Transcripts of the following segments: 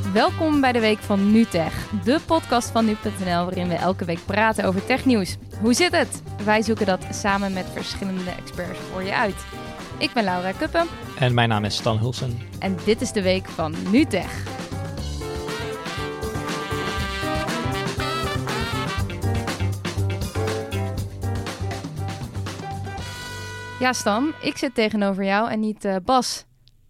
Welkom bij de Week van NuTech, de podcast van nu.nl waarin we elke week praten over technieuws. Hoe zit het? Wij zoeken dat samen met verschillende experts voor je uit. Ik ben Laura Kuppen. En mijn naam is Stan Hulsen. En dit is de Week van NuTech. Ja, Stan, ik zit tegenover jou en niet Bas.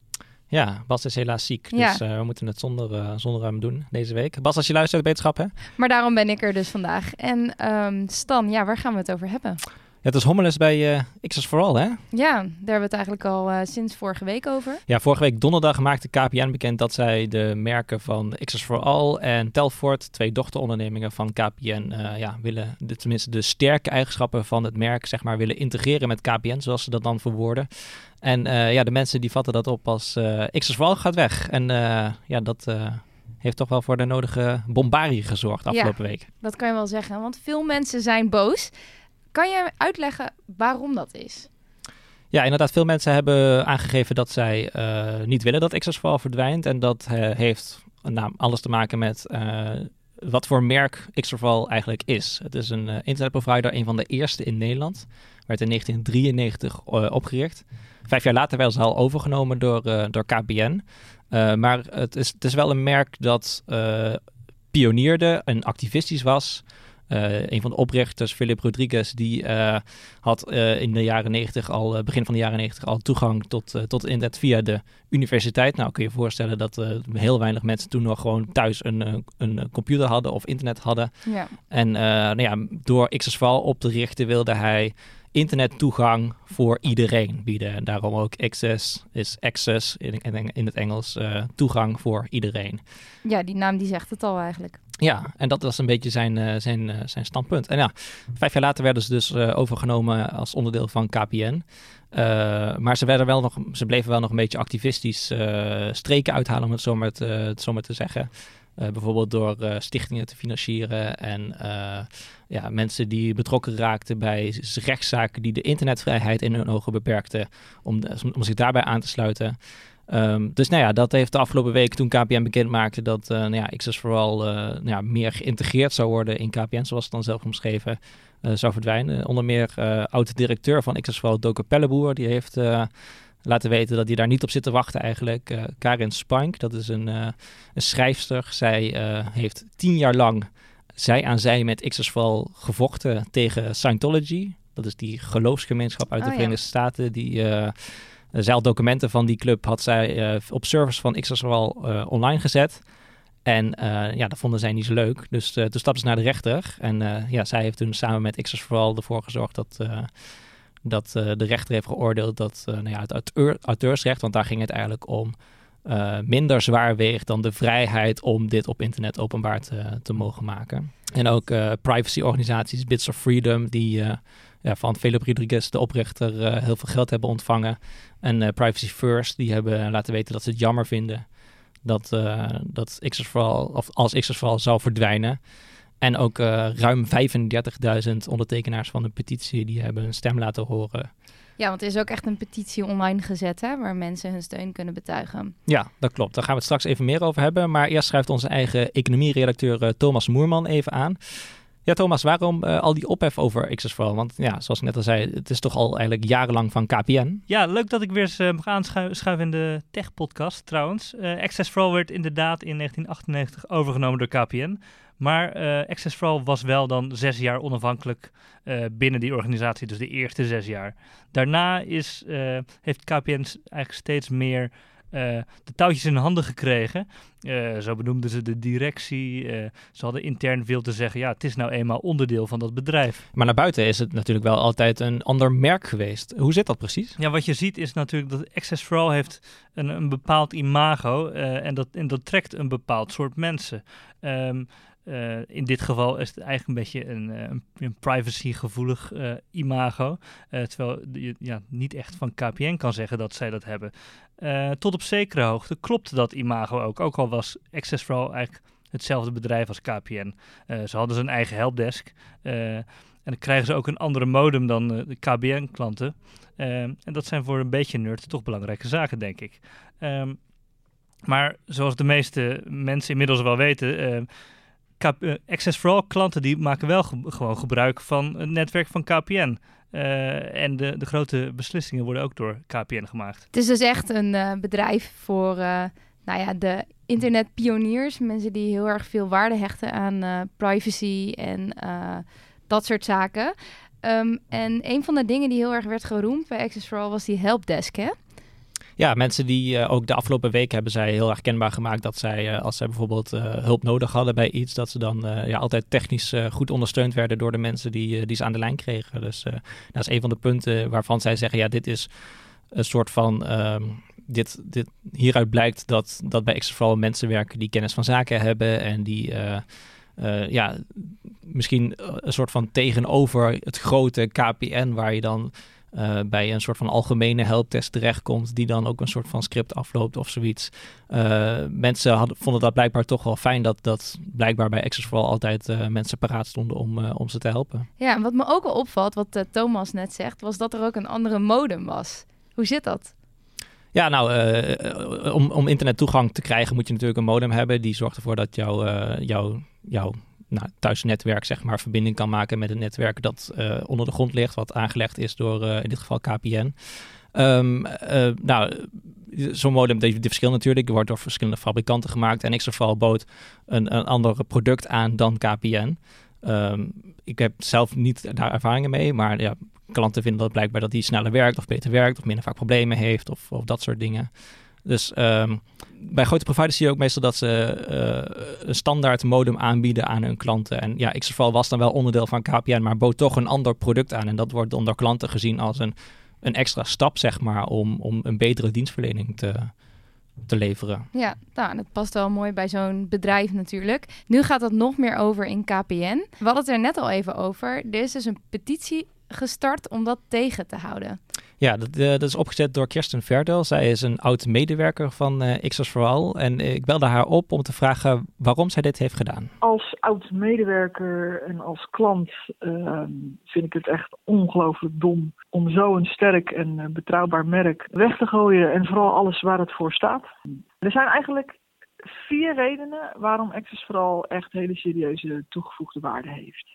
Ja, Bas is helaas ziek, Ja. dus we moeten het zonder hem doen deze week. Bas, als je luistert, beterschap hè? Maar daarom ben ik er dus vandaag. En Stan, ja, waar gaan we het over hebben? Ja, het is hommeles bij X's for All, hè? Ja, daar hebben we het eigenlijk al sinds vorige week over. Ja, vorige week donderdag maakte KPN bekend dat zij de merken van X's for All en Telfort, twee dochterondernemingen van KPN, willen tenminste de sterke eigenschappen van het merk, zeg maar, willen integreren met KPN, zoals ze dat dan verwoorden. En de mensen die vatten dat op als X's for All gaat weg. En dat heeft toch wel voor de nodige bombarie gezorgd afgelopen week. Dat kan je wel zeggen, want veel mensen zijn boos. Kan je uitleggen waarom dat is? Ja, inderdaad. Veel mensen hebben aangegeven dat zij niet willen dat X's for All verdwijnt. En dat heeft alles te maken met wat voor merk X's for All eigenlijk is. Het is een internetprovider, een van de eerste in Nederland. Werd in 1993 opgericht. 5 jaar later werden ze al overgenomen door KPN. Maar het is wel een merk dat pionierde en activistisch was. Een van de oprichters, Philip Rodriguez, die had in de jaren 90 begin van de jaren 90 al toegang tot internet via de universiteit. Nou, kun je je voorstellen dat heel weinig mensen toen nog gewoon thuis een computer hadden of internet hadden. Ja. En door X's for All op te richten wilde hij internettoegang voor iedereen bieden. En daarom ook Access is access in het Engels, toegang voor iedereen. Ja, die naam die zegt het al eigenlijk. Ja, en dat was een beetje zijn standpunt. En ja, 5 jaar later werden ze dus overgenomen als onderdeel van KPN. Maar ze bleven wel nog een beetje activistisch streken uithalen, om het zo maar te zeggen. Bijvoorbeeld door stichtingen te financieren en mensen die betrokken raakten bij rechtszaken die de internetvrijheid in hun ogen beperkten, om zich daarbij aan te sluiten. Dat heeft de afgelopen week, toen KPN bekend maakte dat X's for All meer geïntegreerd zou worden in KPN, zoals het dan zelf omschreven, zou verdwijnen. Onder meer oud-directeur van X's for All, Doke Pelleboer, die heeft laten weten dat hij daar niet op zit te wachten eigenlijk. Karin Spank, dat is een schrijfster. Zij heeft 10 jaar lang zij aan zij met X's for All gevochten tegen Scientology. Dat is die geloofsgemeenschap uit de Verenigde Staten die zij had documenten van die club, had zij op servers van X's for All online gezet. En dat vonden zij niet zo leuk. Dus toen stapten ze naar de rechter. En zij heeft toen samen met X's for All ervoor gezorgd dat de rechter heeft geoordeeld dat het auteursrecht, want daar ging het eigenlijk om, minder zwaar weegt dan de vrijheid om dit op internet openbaar te mogen maken. En ook privacyorganisaties, Bits of Freedom, die van Philip Rodriguez, de oprichter, heel veel geld hebben ontvangen. En Privacy First, die hebben laten weten dat ze het jammer vinden dat X's for All, of als X's for All zou verdwijnen. En ook ruim 35.000 ondertekenaars van de petitie, die hebben hun stem laten horen. Ja, want er is ook echt een petitie online gezet, hè, waar mensen hun steun kunnen betuigen. Ja, dat klopt. Daar gaan we het straks even meer over hebben. Maar eerst schrijft onze eigen economieredacteur Thomas Moerman even aan. Ja, Thomas, waarom al die ophef over X's for All? Want ja, zoals ik net al zei, het is toch al eigenlijk jarenlang van KPN. Ja, leuk dat ik weer eens mag aanschuiven in de tech-podcast trouwens. X's for All werd inderdaad in 1998 overgenomen door KPN. Maar X's for All was wel dan 6 jaar onafhankelijk binnen die organisatie, dus de eerste 6 jaar. Daarna heeft KPN eigenlijk steeds meer de touwtjes in handen gekregen. Zo benoemden ze de directie. Ze hadden intern veel te zeggen. Ja, het is nou eenmaal onderdeel van dat bedrijf. Maar naar buiten is het natuurlijk wel altijd een ander merk geweest. Hoe zit dat precies? Ja, wat je ziet is natuurlijk dat X's for All heeft een bepaald imago. En dat trekt een bepaald soort mensen. In dit geval is het eigenlijk een beetje een privacy-gevoelig imago. Terwijl je niet echt van KPN kan zeggen dat zij dat hebben. Tot op zekere hoogte klopt dat imago ook. Ook al was X's for All eigenlijk hetzelfde bedrijf als KPN. Ze hadden zijn eigen helpdesk. En dan krijgen ze ook een andere modem dan de KPN-klanten. En dat zijn voor een beetje nerd toch belangrijke zaken, denk ik. Maar zoals de meeste mensen inmiddels wel weten, Access for All klanten die maken wel gewoon gebruik van het netwerk van KPN. En de grote beslissingen worden ook door KPN gemaakt. Het is dus echt een bedrijf voor de internetpioniers. Mensen die heel erg veel waarde hechten aan privacy en dat soort zaken. En een van de dingen die heel erg werd geroemd bij Access for All was die helpdesk, hè? Ja, mensen die ook de afgelopen week hebben zij heel erg kenbaar gemaakt dat zij, als zij bijvoorbeeld hulp nodig hadden bij iets, dat ze dan altijd technisch goed ondersteund werden door de mensen die ze aan de lijn kregen. Dus dat is een van de punten waarvan zij zeggen, ja, dit is een soort van, hieruit blijkt dat bij Access for All mensen werken die kennis van zaken hebben en die misschien een soort van tegenover het grote KPN waar je dan bij een soort van algemene helpdesk terechtkomt, die dan ook een soort van script afloopt of zoiets. Mensen vonden dat blijkbaar toch wel fijn dat blijkbaar bij Access for All altijd mensen paraat stonden om ze te helpen. Ja, en wat me ook al opvalt, wat Thomas net zegt, was dat er ook een andere modem was. Hoe zit dat? Ja, nou, om internettoegang te krijgen moet je natuurlijk een modem hebben. Die zorgt ervoor dat jouw thuisnetwerk, zeg maar, verbinding kan maken met een netwerk dat onder de grond ligt, wat aangelegd is door in dit geval KPN. Zo'n modem, die verschilt natuurlijk. Die wordt door verschillende fabrikanten gemaakt. En Access for All bood een ander product aan dan KPN. Ik heb zelf niet daar ervaringen mee, maar ja, klanten vinden dat blijkbaar dat die sneller werkt of beter werkt of minder vaak problemen heeft of dat soort dingen. Dus bij grote providers zie je ook meestal dat ze een standaard modem aanbieden aan hun klanten. En ja, Access for All was dan wel onderdeel van KPN, maar bood toch een ander product aan. En dat wordt dan door klanten gezien als een extra stap, zeg maar, om een betere dienstverlening te leveren. Ja, nou, dat past wel mooi bij zo'n bedrijf natuurlijk. Nu gaat het nog meer over in KPN. We hadden het er net al even over. Er is dus een petitie gestart om dat tegen te houden. Ja, dat is opgezet door Kirsten Verdel. Zij is een oud-medewerker van Access for All. En ik belde haar op om te vragen waarom zij dit heeft gedaan. Als oud-medewerker en als klant vind ik het echt ongelooflijk dom om zo'n sterk en betrouwbaar merk weg te gooien. En vooral alles waar het voor staat. Er zijn eigenlijk 4 redenen waarom Access for All echt hele serieuze toegevoegde waarde heeft.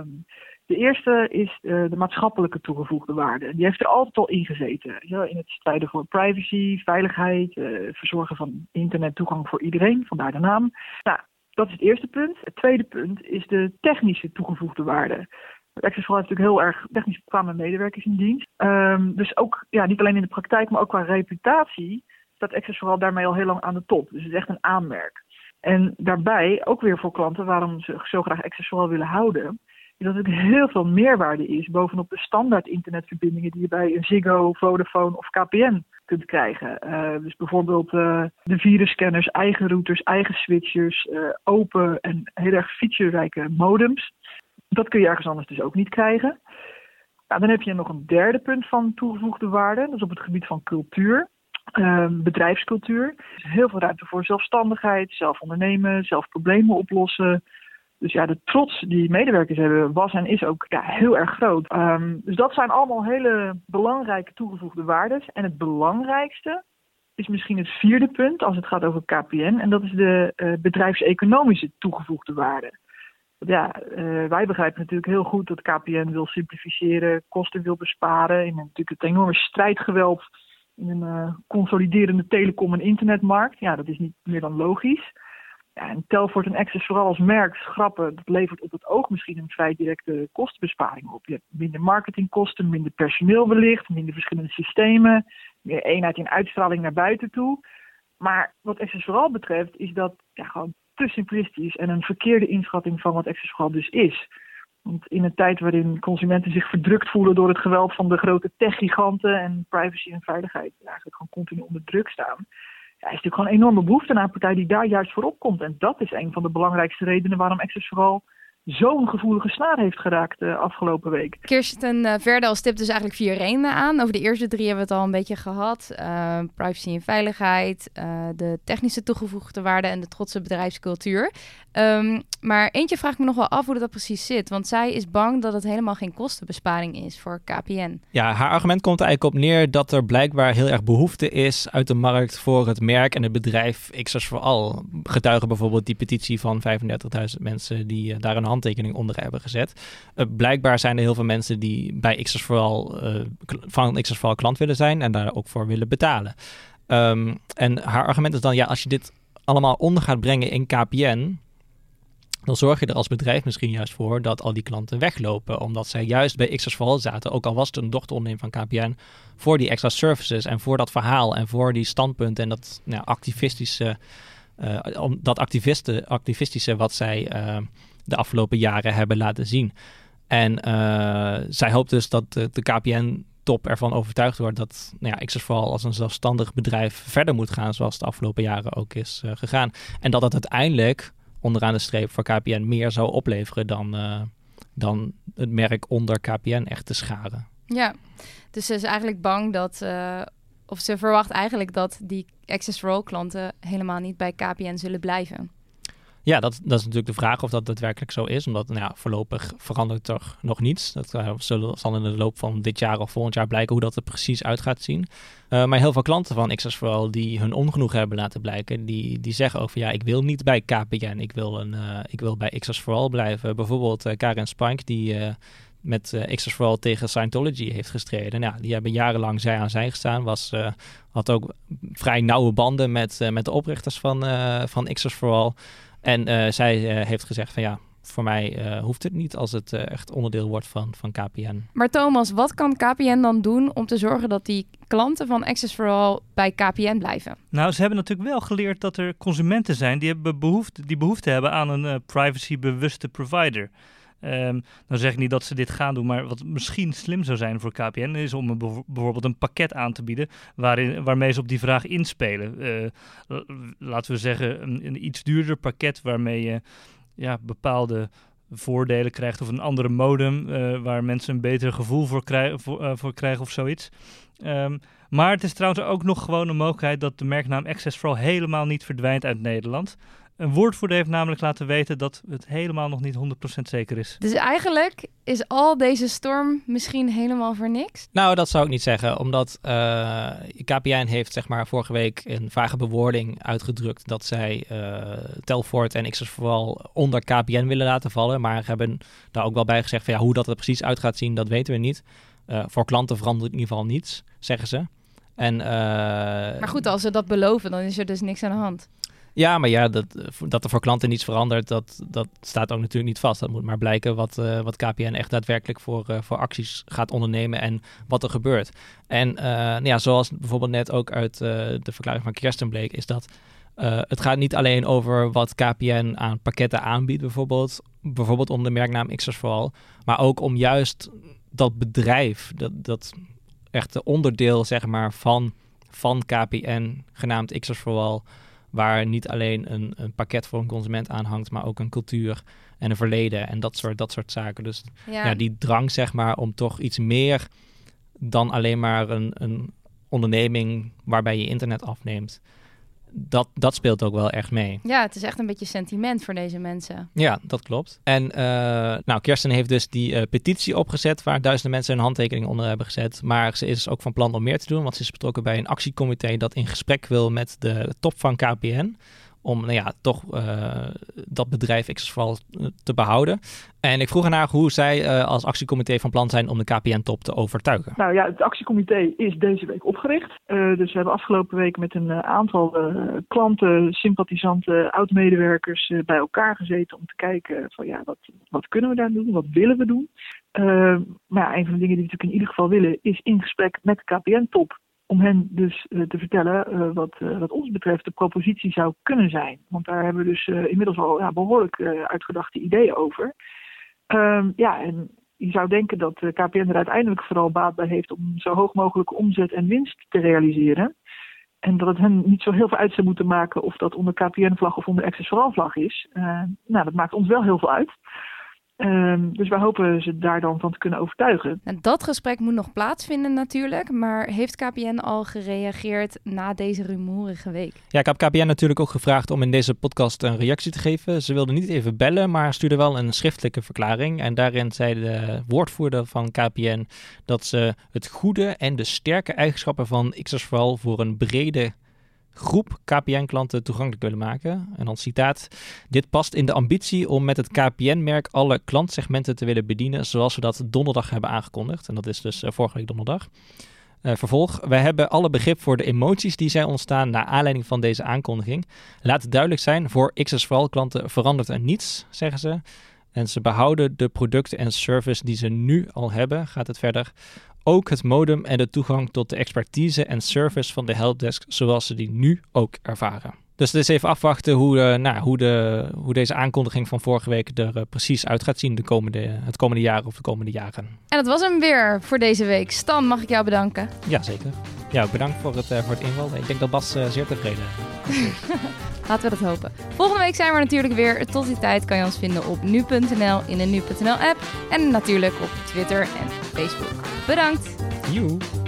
De eerste is de maatschappelijke toegevoegde waarde. Die heeft er altijd al in gezeten. In het strijden voor privacy, veiligheid, verzorgen van internettoegang voor iedereen, vandaar de naam. Nou, dat is het eerste punt. Het tweede punt is de technische toegevoegde waarde. Access for All heeft natuurlijk heel erg technisch bekwame medewerkers in dienst. Dus ook, niet alleen in de praktijk, maar ook qua reputatie staat Access for All daarmee al heel lang aan de top. Dus het is echt een aanmerk. En daarbij, ook weer voor klanten waarom ze zo graag Access for All willen houden, is dat er heel veel meerwaarde is bovenop de standaard internetverbindingen die je bij een Ziggo, Vodafone of KPN kunt krijgen. Dus bijvoorbeeld de virusscanners, eigen routers, eigen switchers, open en heel erg featurerijke modems. Dat kun je ergens anders dus ook niet krijgen. Nou, dan heb je nog een derde punt van toegevoegde waarde. Dat is op het gebied van cultuur. Bedrijfscultuur. Er is heel veel ruimte voor zelfstandigheid, zelf ondernemen, zelf problemen oplossen. Dus ja, de trots die medewerkers hebben was en is ook heel erg groot. Dus dat zijn allemaal hele belangrijke toegevoegde waarden. En het belangrijkste is misschien het vierde punt als het gaat over KPN. En dat is de bedrijfseconomische toegevoegde waarde. Wij begrijpen natuurlijk heel goed dat KPN wil simplificeren, kosten wil besparen. En natuurlijk het enorme strijdgeweld in een consoliderende telecom- en internetmarkt. Ja, dat is niet meer dan logisch. Ja, en Telfort en Access for All als merk schrappen, dat levert op het oog misschien een vrij directe kostenbesparing op. Je hebt minder marketingkosten, minder personeel wellicht, minder verschillende systemen, meer eenheid in uitstraling naar buiten toe. Maar wat Access for All betreft is dat gewoon te simplistisch en een verkeerde inschatting van wat Access for All dus is. Want in een tijd waarin consumenten zich verdrukt voelen door het geweld van de grote techgiganten en privacy en veiligheid eigenlijk gewoon continu onder druk staan, is natuurlijk gewoon een enorme behoefte aan een partij die daar juist voor opkomt. En dat is een van de belangrijkste redenen waarom Access for All zo'n gevoelige snaar heeft geraakt afgelopen week. Kirsten Verdel stipt dus eigenlijk 4 redenen aan. Over de eerste 3 hebben we het al een beetje gehad. Privacy en veiligheid, de technische toegevoegde waarde en de trotse bedrijfscultuur. Maar eentje vraagt me nog wel af hoe dat precies zit. Want zij is bang dat het helemaal geen kostenbesparing is voor KPN. Ja, haar argument komt er eigenlijk op neer dat er blijkbaar heel erg behoefte is uit de markt voor het merk en het bedrijf XS for All. Getuigen bijvoorbeeld die petitie van 35.000 mensen die daar een handtekening onder hebben gezet. Blijkbaar zijn er heel veel mensen die bij XS for All, van XS for All klant willen zijn en daar ook voor willen betalen. En haar argument is dan, ja, als je dit allemaal onder gaat brengen in KPN, dan zorg je er als bedrijf misschien juist voor dat al die klanten weglopen. Omdat zij juist bij XS for All zaten, ook al was het een dochteronderneming van KPN, voor die extra services en voor dat verhaal en voor die standpunten en dat activistische wat zij de afgelopen jaren hebben laten zien. En zij hoopt dus dat de KPN-top ervan overtuigd wordt dat XS for All als een zelfstandig bedrijf verder moet gaan zoals de afgelopen jaren ook is gegaan. En dat het uiteindelijk onderaan de streep voor KPN meer zou opleveren dan het merk onder KPN echt te scharen. Ja, dus ze is eigenlijk bang dat, of ze verwacht eigenlijk dat die XS for All klanten helemaal niet bij KPN zullen blijven. Ja, dat is natuurlijk de vraag of dat daadwerkelijk zo is. Omdat voorlopig verandert er nog niets. Dat zal in de loop van dit jaar of volgend jaar blijken hoe dat er precies uit gaat zien. Maar heel veel klanten van XS for All die hun ongenoegen hebben laten blijken, die zeggen ook van ik wil niet bij KPN. Ik wil bij XS for All blijven. Bijvoorbeeld Karen Spank die met XS for All tegen Scientology heeft gestreden. Die hebben jarenlang zij aan zij gestaan. Had ook vrij nauwe banden met de oprichters van XS for All. En zij heeft gezegd van voor mij hoeft het niet als het echt onderdeel wordt van KPN. Maar Thomas, wat kan KPN dan doen om te zorgen dat die klanten van XS for All bij KPN blijven? Nou, ze hebben natuurlijk wel geleerd dat er consumenten zijn die behoefte hebben aan een privacybewuste provider. Dan zeg ik niet dat ze dit gaan doen, maar wat misschien slim zou zijn voor KPN is om bijvoorbeeld een pakket aan te bieden waarmee ze op die vraag inspelen. Laten we zeggen een iets duurder pakket waarmee je bepaalde voordelen krijgt of een andere modem waar mensen een beter gevoel voor krijgen of zoiets. Maar het is trouwens ook nog gewoon een mogelijkheid dat de merknaam XS for All helemaal niet verdwijnt uit Nederland. Een woordvoerder heeft namelijk laten weten dat het helemaal nog niet 100% zeker is. Dus eigenlijk is al deze storm misschien helemaal voor niks? Nou, dat zou ik niet zeggen. Omdat KPN heeft vorige week een vage bewoording uitgedrukt dat zij Telfort en XS for All onder KPN willen laten vallen. Maar hebben daar ook wel bij gezegd van hoe dat er precies uit gaat zien, dat weten we niet. Voor klanten verandert in ieder geval niets, zeggen ze. Maar goed, als ze dat beloven, dan is er dus niks aan de hand. Ja, maar dat er voor klanten niets verandert, dat staat ook natuurlijk niet vast. Dat moet maar blijken wat KPN echt daadwerkelijk voor acties gaat ondernemen en wat er gebeurt. En zoals bijvoorbeeld net ook uit de verklaring van Kirsten bleek, is dat het gaat niet alleen over wat KPN aan pakketten aanbiedt, bijvoorbeeld onder de merknaam XS for All, maar ook om juist dat bedrijf, dat echte onderdeel van KPN, genaamd XS for All, waar niet alleen een pakket voor een consument aan hangt, maar ook een cultuur en een verleden en dat soort zaken. Dus die drang om toch iets meer dan alleen maar een onderneming waarbij je internet afneemt. Dat speelt ook wel echt mee. Ja, het is echt een beetje sentiment voor deze mensen. Ja, dat klopt. En Kirsten heeft dus die petitie opgezet waar duizenden mensen hun handtekening onder hebben gezet. Maar ze is ook van plan om meer te doen, want ze is betrokken bij een actiecomité dat in gesprek wil met de top van KPN. Om toch dat bedrijf XS for All te behouden. En ik vroeg haar hoe zij als actiecomité van plan zijn om de KPN-top te overtuigen. Nou ja, het actiecomité is deze week opgericht. Dus we hebben afgelopen week met een aantal klanten, sympathisanten, oud-medewerkers bij elkaar gezeten om te kijken van wat kunnen we daar doen, wat willen we doen. Maar een van de dingen die we natuurlijk in ieder geval willen is in gesprek met de KPN-top. Om hen dus te vertellen wat ons betreft de propositie zou kunnen zijn. Want daar hebben we dus inmiddels al behoorlijk uitgedachte ideeën over. En je zou denken dat KPN er uiteindelijk vooral baat bij heeft om zo hoog mogelijke omzet en winst te realiseren. En dat het hen niet zo heel veel uit zou moeten maken of dat onder KPN-vlag of onder XS for All-vlag is. Dat maakt ons wel heel veel uit. Dus wij hopen ze daar dan van te kunnen overtuigen. Nou, dat gesprek moet nog plaatsvinden natuurlijk, maar heeft KPN al gereageerd na deze rumoerige week? Ja, ik heb KPN natuurlijk ook gevraagd om in deze podcast een reactie te geven. Ze wilden niet even bellen, maar stuurden wel een schriftelijke verklaring. En daarin zei de woordvoerder van KPN dat ze het goede en de sterke eigenschappen van XS4ALL voor een brede groep KPN-klanten toegankelijk willen maken. En dan citaat: dit past in de ambitie om met het KPN-merk alle klantsegmenten te willen bedienen, zoals we dat donderdag hebben aangekondigd. En dat is dus vorige week donderdag. Vervolg: wij hebben alle begrip voor de emoties die zijn ontstaan naar aanleiding van deze aankondiging. Laat het duidelijk zijn, voor XS4ALL-klanten verandert er niets, zeggen ze. En ze behouden de producten en service die ze nu al hebben, gaat het verder. Ook het modem en de toegang tot de expertise en service van de helpdesk zoals ze die nu ook ervaren. Dus het is even afwachten hoe deze aankondiging van vorige week er precies uit gaat zien het komende jaar of de komende jaren. En dat was hem weer voor deze week. Stan, mag ik jou bedanken? Ja, zeker. Ja, bedankt voor het invallen. Ik denk dat Bas zeer tevreden is. Laten we dat hopen. Volgende week zijn we natuurlijk weer. Tot die tijd kan je ons vinden op nu.nl, in de nu.nl app en natuurlijk op Twitter en Facebook. Bedankt! Joe!